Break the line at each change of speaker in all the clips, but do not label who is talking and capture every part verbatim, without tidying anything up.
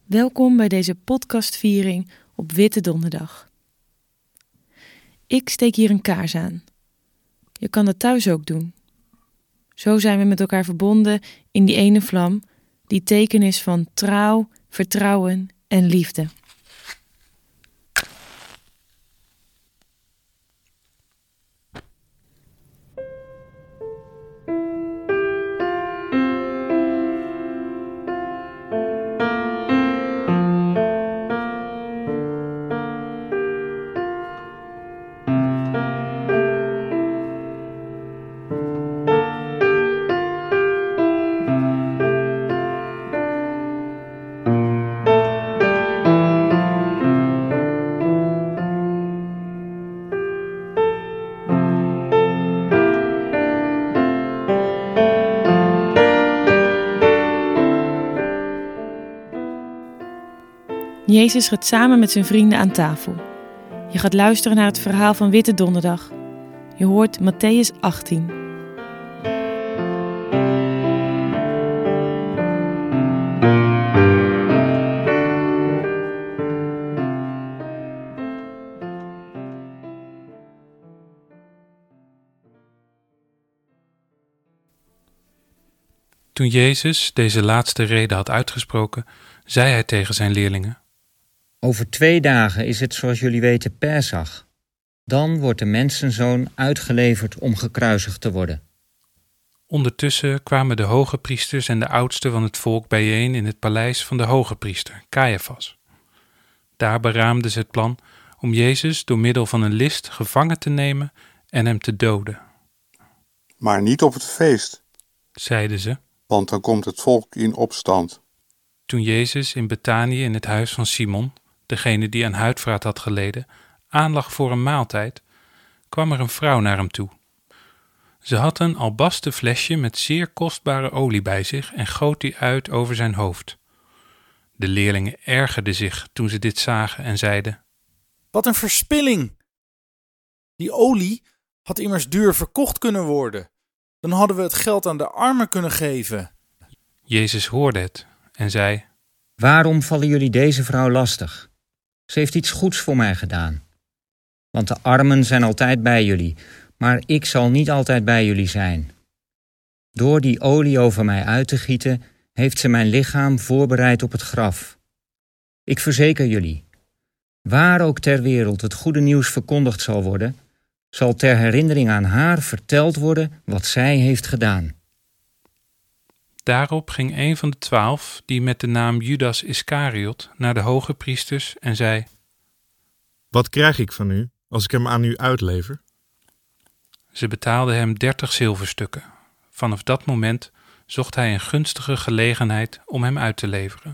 Welkom bij deze podcastviering op Witte Donderdag. Ik steek hier een kaars aan. Je kan dat thuis ook doen. Zo zijn we met elkaar verbonden in die ene vlam die teken is van trouw, vertrouwen en liefde. Jezus gaat samen met zijn vrienden aan tafel. Je gaat luisteren naar het verhaal van Witte Donderdag. Je hoort Mattheüs achttien.
Toen Jezus deze laatste rede had uitgesproken, zei hij tegen zijn leerlingen:
Over twee dagen is het, zoals jullie weten, Pesach. Dan wordt de mensenzoon uitgeleverd om gekruisigd te worden.
Ondertussen kwamen de hoge priesters en de oudsten van het volk bijeen in het paleis van de hoge priester, Caiaphas. Daar beraamden ze het plan om Jezus door middel van een list gevangen te nemen en hem te doden.
Maar niet op het feest,
zeiden ze,
want dan komt het volk in opstand.
Toen Jezus in Betanië in het huis van Simon, degene die aan huidvraat had geleden, aanlag voor een maaltijd, kwam er een vrouw naar hem toe. Ze had een albasten flesje met zeer kostbare olie bij zich en goot die uit over zijn hoofd. De leerlingen ergerden zich toen ze dit zagen en zeiden:
Wat een verspilling! Die olie had immers duur verkocht kunnen worden. Dan hadden we het geld aan de armen kunnen geven.
Jezus hoorde het en zei:
Waarom vallen jullie deze vrouw lastig? Ze heeft iets goeds voor mij gedaan. Want de armen zijn altijd bij jullie, maar ik zal niet altijd bij jullie zijn. Door die olie over mij uit te gieten, heeft ze mijn lichaam voorbereid op het graf. Ik verzeker jullie, waar ook ter wereld het goede nieuws verkondigd zal worden, zal ter herinnering aan haar verteld worden wat zij heeft gedaan.
Daarop ging een van de twaalf, die met de naam Judas Iskariot, naar de hoge priesters en zei:
Wat krijg ik van u als ik hem aan u uitlever?
Ze betaalden hem dertig zilverstukken. Vanaf dat moment zocht hij een gunstige gelegenheid om hem uit te leveren.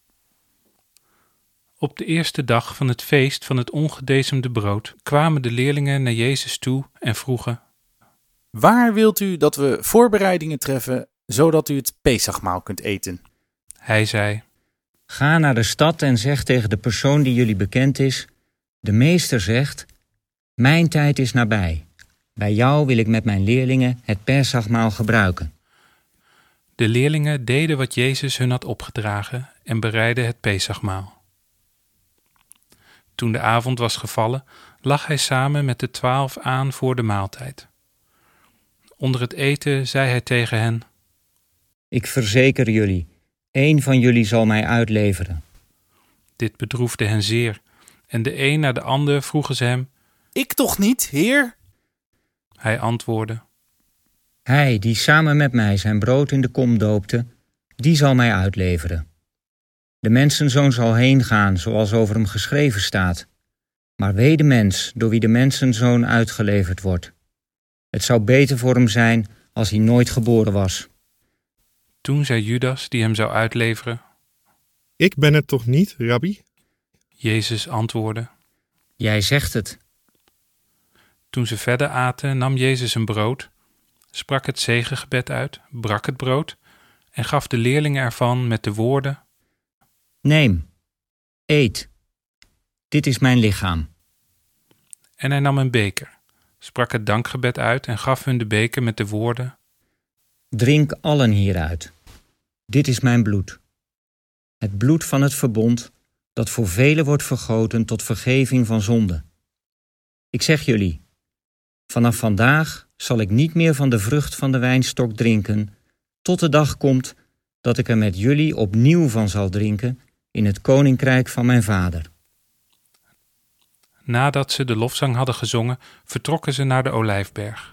Op de eerste dag van het feest van het ongedezemde brood kwamen de leerlingen naar Jezus toe en vroegen:
Waar wilt u dat we voorbereidingen treffen, zodat u het Pesachmaal kunt eten?
Hij zei:
Ga naar de stad en zeg tegen de persoon die jullie bekend is: De meester zegt, mijn tijd is nabij. Bij jou wil ik met mijn leerlingen het Pesachmaal gebruiken.
De leerlingen deden wat Jezus hun had opgedragen en bereidden het Pesachmaal. Toen de avond was gevallen, lag hij samen met de twaalf aan voor de maaltijd. Onder het eten zei hij tegen hen:
Ik verzeker jullie, één van jullie zal mij uitleveren.
Dit bedroefde hen zeer, en de een na de ander vroegen ze hem:
Ik toch niet, Heer?
Hij antwoordde:
Hij die samen met mij zijn brood in de kom doopte, die zal mij uitleveren. De mensenzoon zal heen gaan, zoals over hem geschreven staat. Maar wee de mens, door wie de mensenzoon uitgeleverd wordt. Het zou beter voor hem zijn als hij nooit geboren was.
Toen zei Judas, die hem zou uitleveren:
Ik ben het toch niet, rabbi?
Jezus antwoordde:
Jij zegt het.
Toen ze verder aten, nam Jezus een brood, sprak het zegengebed uit, brak het brood en gaf de leerlingen ervan met de woorden:
Neem, eet. Dit is mijn lichaam.
En hij nam een beker, sprak het dankgebed uit en gaf hun de beker met de woorden:
Drink allen hieruit. Dit is mijn bloed. het bloed van het verbond, dat voor velen wordt vergoten tot vergeving van zonde. Ik zeg jullie, vanaf vandaag zal ik niet meer van de vrucht van de wijnstok drinken, tot de dag komt dat ik er met jullie opnieuw van zal drinken in het koninkrijk van mijn Vader.
Nadat ze de lofzang hadden gezongen, vertrokken ze naar de Olijfberg.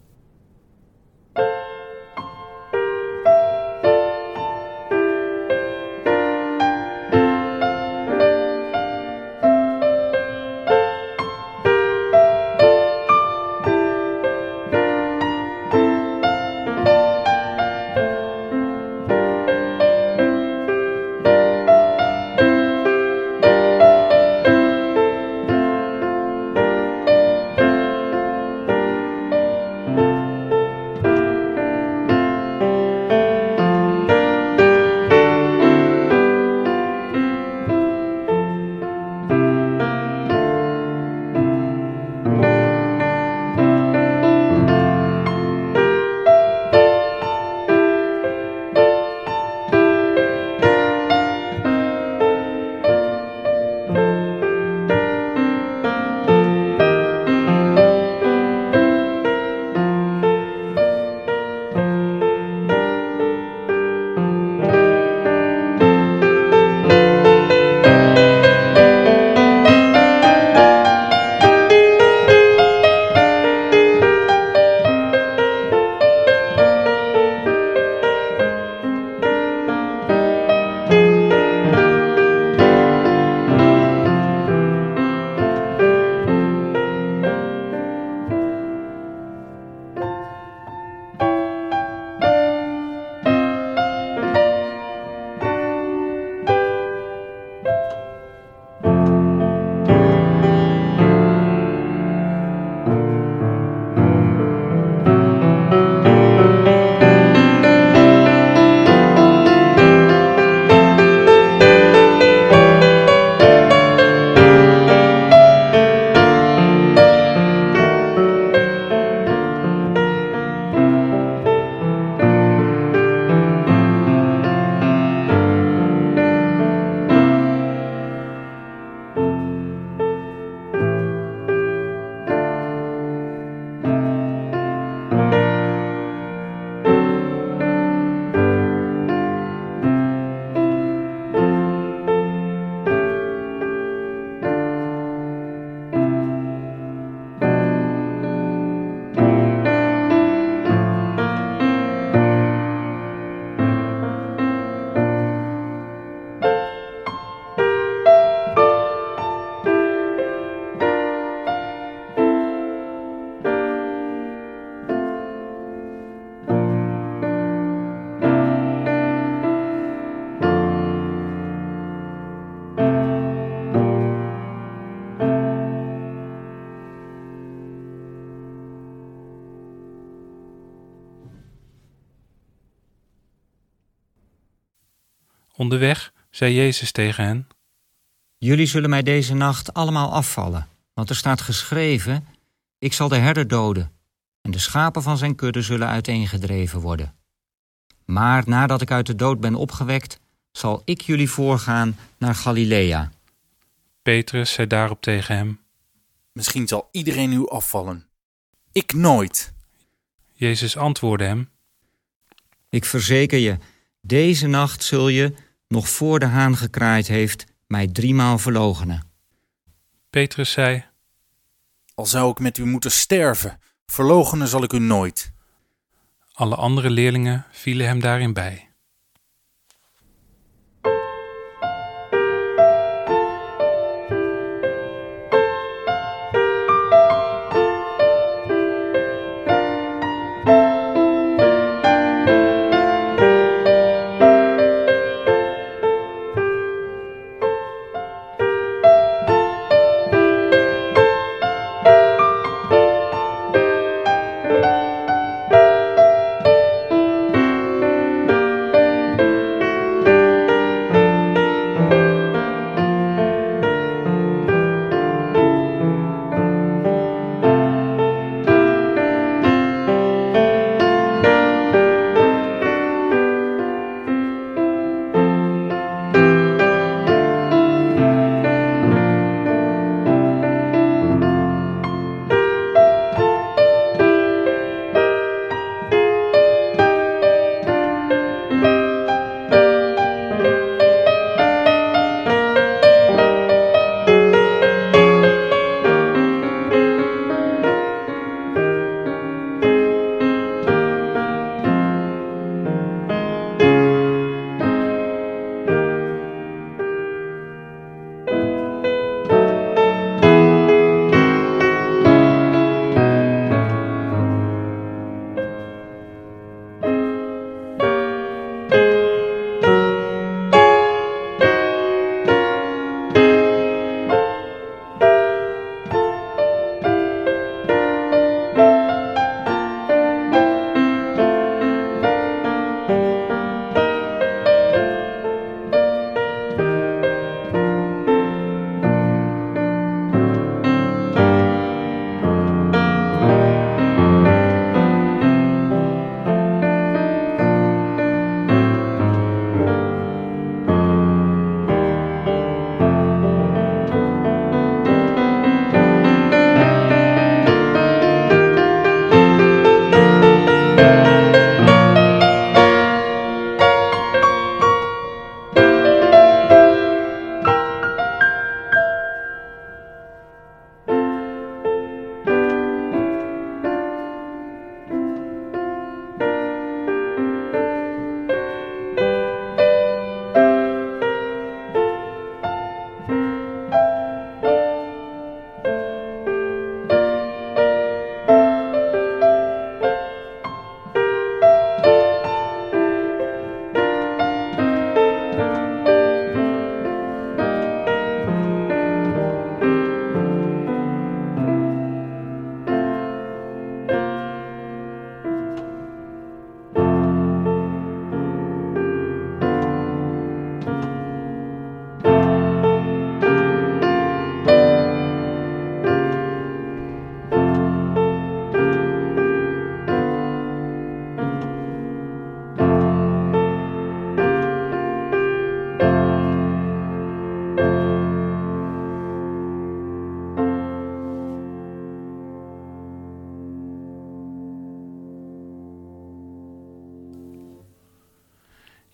Onderweg zei Jezus tegen hen:
Jullie zullen mij deze nacht allemaal afvallen, want er staat geschreven: ik zal de herder doden en de schapen van zijn kudde zullen uiteengedreven worden. Maar nadat ik uit de dood ben opgewekt, zal ik jullie voorgaan naar Galilea.
Petrus zei daarop tegen hem:
Misschien zal iedereen u afvallen. Ik nooit.
Jezus antwoordde hem:
Ik verzeker je, deze nacht zul je, nog voor de haan gekraaid heeft, mij driemaal verloochenen.
Petrus zei:
Al zou ik met u moeten sterven, verloochenen zal ik u nooit.
Alle andere leerlingen vielen hem daarin bij.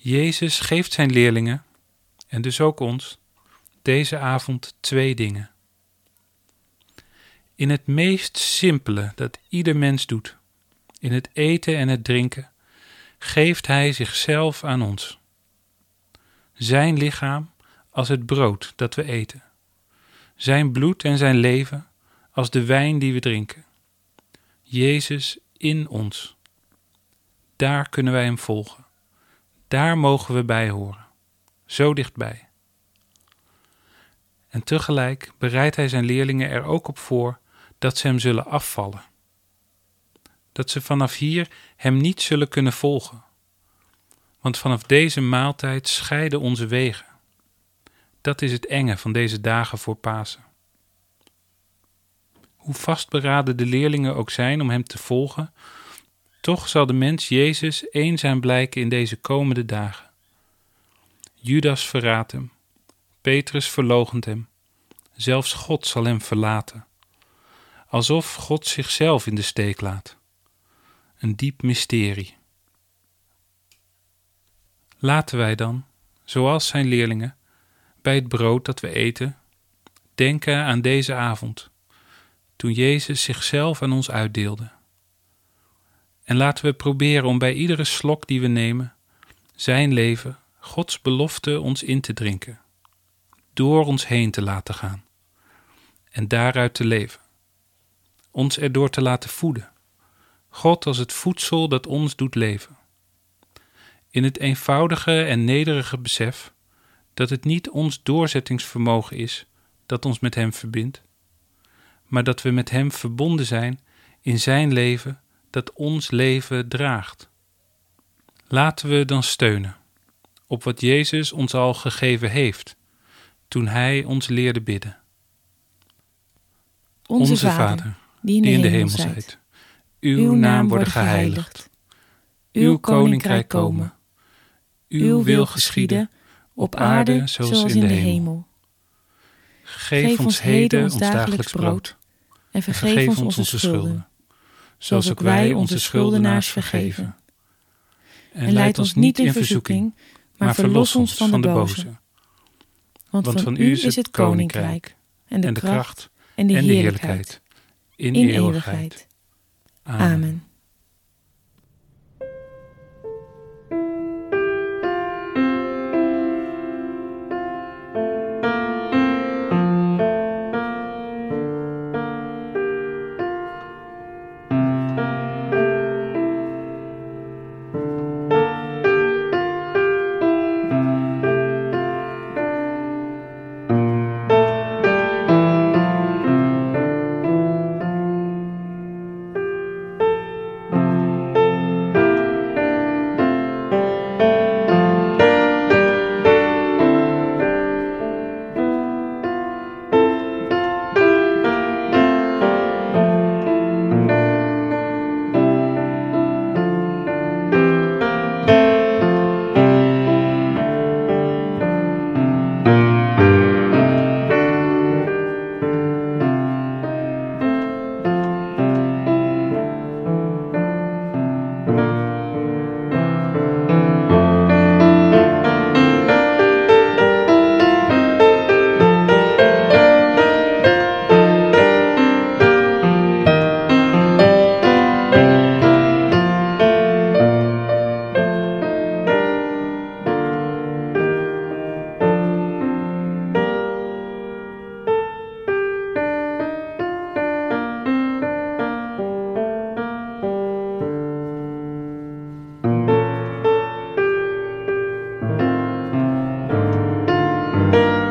Jezus geeft zijn leerlingen, en dus ook ons, deze avond twee dingen. In het meest simpele dat ieder mens doet, in het eten en het drinken, geeft hij zichzelf aan ons. Zijn lichaam als het brood dat we eten. Zijn bloed en zijn leven als de wijn die we drinken. Jezus in ons. Daar kunnen wij hem volgen. Daar mogen we bij horen. Zo dichtbij. En tegelijk bereidt hij zijn leerlingen er ook op voor dat ze hem zullen afvallen. Dat ze vanaf hier hem niet zullen kunnen volgen. Want vanaf deze maaltijd scheiden onze wegen. Dat is het enge van deze dagen voor Pasen. Hoe vastberaden de leerlingen ook zijn om hem te volgen, toch zal de mens Jezus eenzaam blijken in deze komende dagen. Judas verraadt hem, Petrus verloochent hem, zelfs God zal hem verlaten. Alsof God zichzelf in de steek laat. Een diep mysterie. Laten wij dan, zoals zijn leerlingen, bij het brood dat we eten, denken aan deze avond, toen Jezus zichzelf aan ons uitdeelde. En laten we proberen om bij iedere slok die we nemen, zijn leven, Gods belofte ons in te drinken, door ons heen te laten gaan en daaruit te leven. Ons erdoor te laten voeden, God als het voedsel dat ons doet leven. In het eenvoudige en nederige besef dat het niet ons doorzettingsvermogen is dat ons met hem verbindt, maar dat we met hem verbonden zijn in zijn leven dat ons leven draagt. Laten we dan steunen op wat Jezus ons al gegeven heeft toen hij ons leerde bidden.
Onze,
Onze
Vader,
Vader,
die in de,
die in de
hemel
hemel
zijt.
zijt, uw naam worden geheiligd, uw koninkrijk komen, uw wil geschieden, op aarde zoals in de hemel. Geef ons heden ons dagelijks brood
En vergeef ons onze schulden,
zoals ook wij onze schuldenaars vergeven.
En leid ons niet in verzoeking, maar verlos ons van de boze. Want van u is het koninkrijk, en de kracht, en de heerlijkheid,
in
in
eeuwigheid.
eeuwigheid. Amen.
Thank you.